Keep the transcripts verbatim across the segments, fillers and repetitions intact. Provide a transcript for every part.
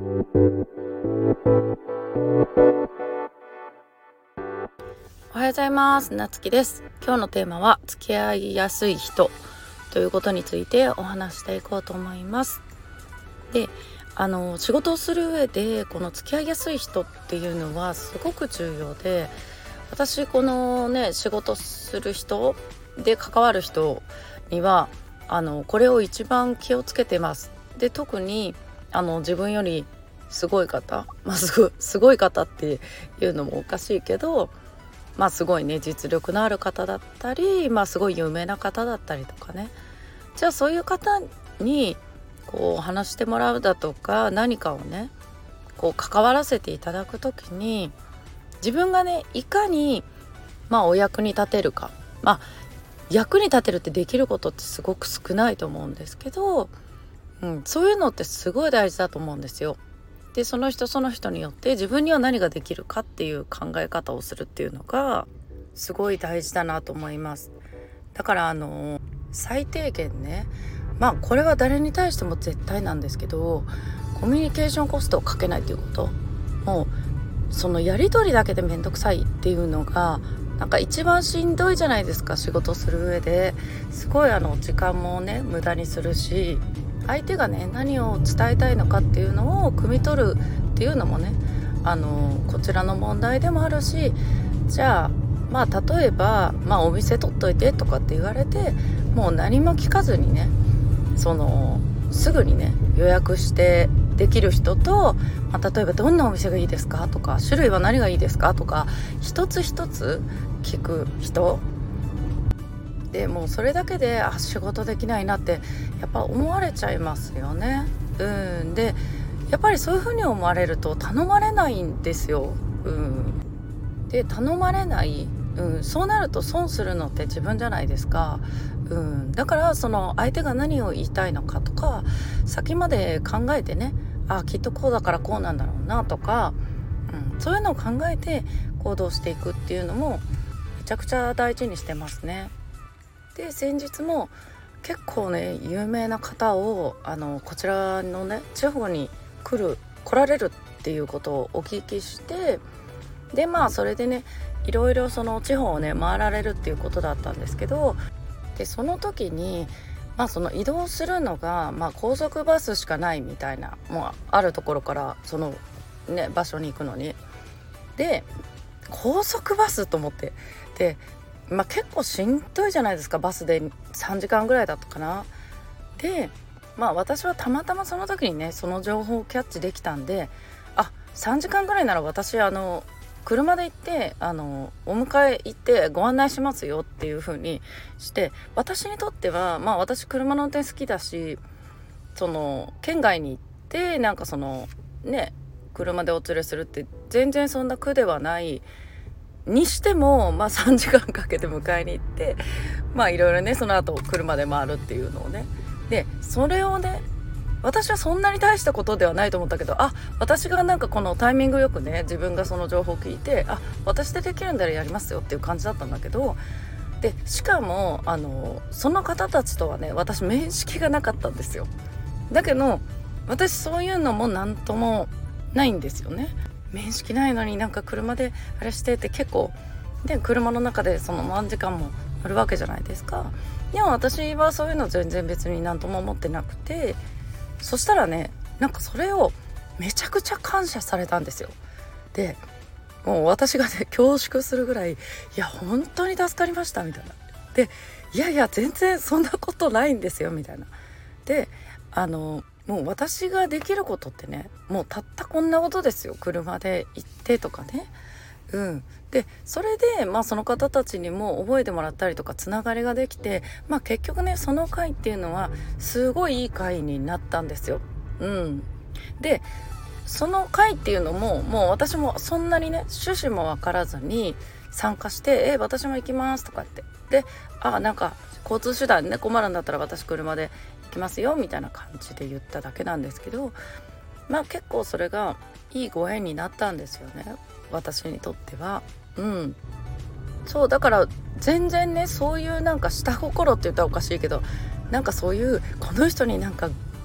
おはようございます。なつきです。今日のテーマは付き合いやすい人ということについてお話していこうと思います。で、あの仕事をする上でこの付き合いやすい人っていうのはすごく重要で、私このね仕事する人で関わる人にはあのこれを一番気をつけてます。で、特にあの自分よりすごい方、まあ、すごすごい方っていうのもおかしいけど、まあすごいね実力のある方だったり、まあすごい有名な方だったりとかね、じゃあそういう方にこう話してもらうだとか、何かをねこう関わらせていただくときに、自分がねいかにまあお役に立てるか、まあ役に立てるってできることってすごく少ないと思うんですけど、うん、そういうのってすごい大事だと思うんですよ。で、その人その人によって自分には何ができるかっていう考え方をするっていうのがすごい大事だなと思います。だからあの最低限ね、まあこれは誰に対しても絶対なんですけど、コミュニケーションコストをかけないということ、もうそのやり取りだけでめんどくさいっていうのがなんか一番しんどいじゃないですか。仕事する上ですごいあの時間もね無駄にするし、相手がね何を伝えたいのかっていうのを汲み取るっていうのもね、あのこちらの問題でもあるし、じゃあまあ例えば、まあ、お店取っといてとかって言われてもう何も聞かずにね、そのすぐにね予約してできる人と、まあ、例えばどんなお店がいいですかとか、種類は何がいいですかとか、一つ一つ聞く人で、もうそれだけであ仕事できないなってやっぱ思われちゃいますよね。うんでやっぱりそういうふうに思われると頼まれないんですよ。うんで頼まれない、うん、そうなると損するのって自分じゃないですか。うん、だからその相手が何を言いたいのかとか先まで考えてね、あきっとこうだからこうなんだろうなとか、うん、そういうのを考えて行動していくっていうのもめちゃくちゃ大事にしてますね。で、先日も結構ね有名な方をあのこちらのね地方に来る来られるっていうことをお聞きして、でまあそれでねいろいろその地方をね回られるっていうことだったんですけど、でその時にまあその移動するのが、まあ、高速バスしかないみたいな、もうあるところからそのね場所に行くのに、で高速バスと思って、でまあ、結構しんどいじゃないですか。バスでさんじかんぐらいだったかな。でまあ私はたまたまその時にねその情報をキャッチできたんで、あさんじかんぐらいなら私あの車で行ってあのお迎え行ってご案内しますよっていう風にして、私にとってはまあ私車の運転好きだし、その県外に行ってなんかそのね車でお連れするって全然そんな苦ではないにしても、まあさんじかんかけて迎えに行って、まあいろいろねその後車で回るっていうのをね、でそれをね私はそんなに大したことではないと思ったけど、あ私がなんかこのタイミングよくね自分がその情報を聞いて、あ私でできるんだらやりますよっていう感じだったんだけど、でしかもあのその方たちとはね私面識がなかったんですよ。だけど私そういうのもなんともないんですよね。面識ないのになんか車であれしてって結構で、車の中でその何時間も乗るわけじゃないですか。でも私はそういうの全然別になんとも思ってなくて、そしたらねなんかそれをめちゃくちゃ感謝されたんですよ。でもう私がね恐縮するぐらい、いや本当に助かりましたみたいな。でいやいや全然そんなことないんですよみたいな。であのもう私ができることってねもうたったこんなことですよ。車で行ってとかね。うんでそれでまあその方たちにも覚えてもらったりとかつながりができて、まあ結局ねその会っていうのはすごいいい会になったんですよ。うんでその会っていうのももう私もそんなにね趣旨も分からずに参加して、え私も行きますとかって、であなんか交通手段ね困るんだったら私車で行きますよみたいな感じで言っただけなんですけど、まあ結構それがいいご縁になったんですよね、私にとっては。うんそうだから全然ねそういうなんか下心って言ったらおかしいけど、なんかそういうこの人になんか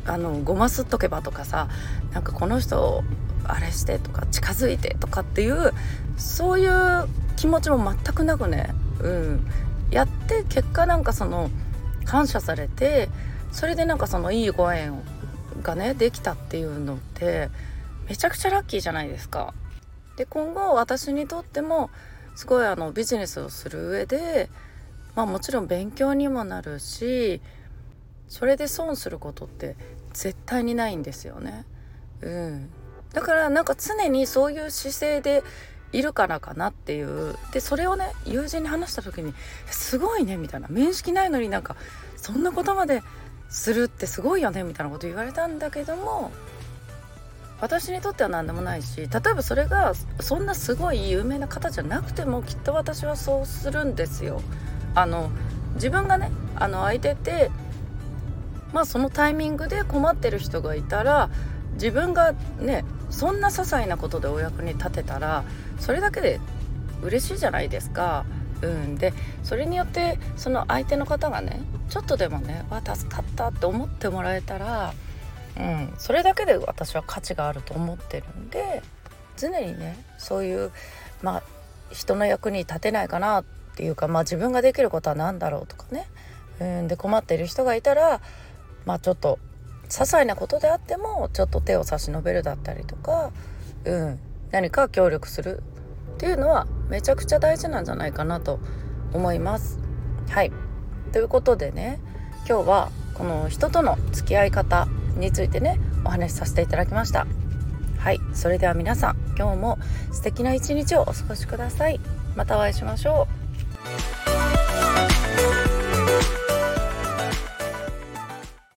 あのごますっとけばとかさ、なんかこの人あれしてとか近づいてとかっていうそういう気持ちも全くなくね、うん、やって結果なんかその感謝されて、それでなんかそのいいご縁がねできたっていうのってめちゃくちゃラッキーじゃないですか。で今後私にとってもすごいあのビジネスをする上で、まあもちろん勉強にもなるし、それで損することって絶対にないんですよね。うん、だからなんか常にそういう姿勢でいるからかなっていう。でそれをね友人に話した時にすごいねみたいな、面識ないのになんかそんなことまでするってすごいよねみたいなこと言われたんだけども、私にとっては何でもないし、例えばそれがそんなすごい有名な方じゃなくてもきっと私はそうするんですよ。あの自分がねあの相手ってまあそのタイミングで困ってる人がいたら、自分がねそんな些細なことでお役に立てたらそれだけで嬉しいじゃないですか。うん、でそれによってその相手の方がねちょっとでもねわ助かったって思ってもらえたら、うん、それだけで私は価値があると思ってるんで、常にねそういうまあ人の役に立てないかなっていうか、まあ自分ができることは何だろうとかね、うん、で困っている人がいたらまあちょっと些細なことであってもちょっと手を差し伸べるだったりとか、うん、何か協力するっていうのはめちゃくちゃ大事なんじゃないかなと思います。はい、ということでね、今日はこの人との付き合い方についてねお話しさせていただきました。はい、それでは皆さん今日も素敵な一日をお過ごしください。またお会いしましょう。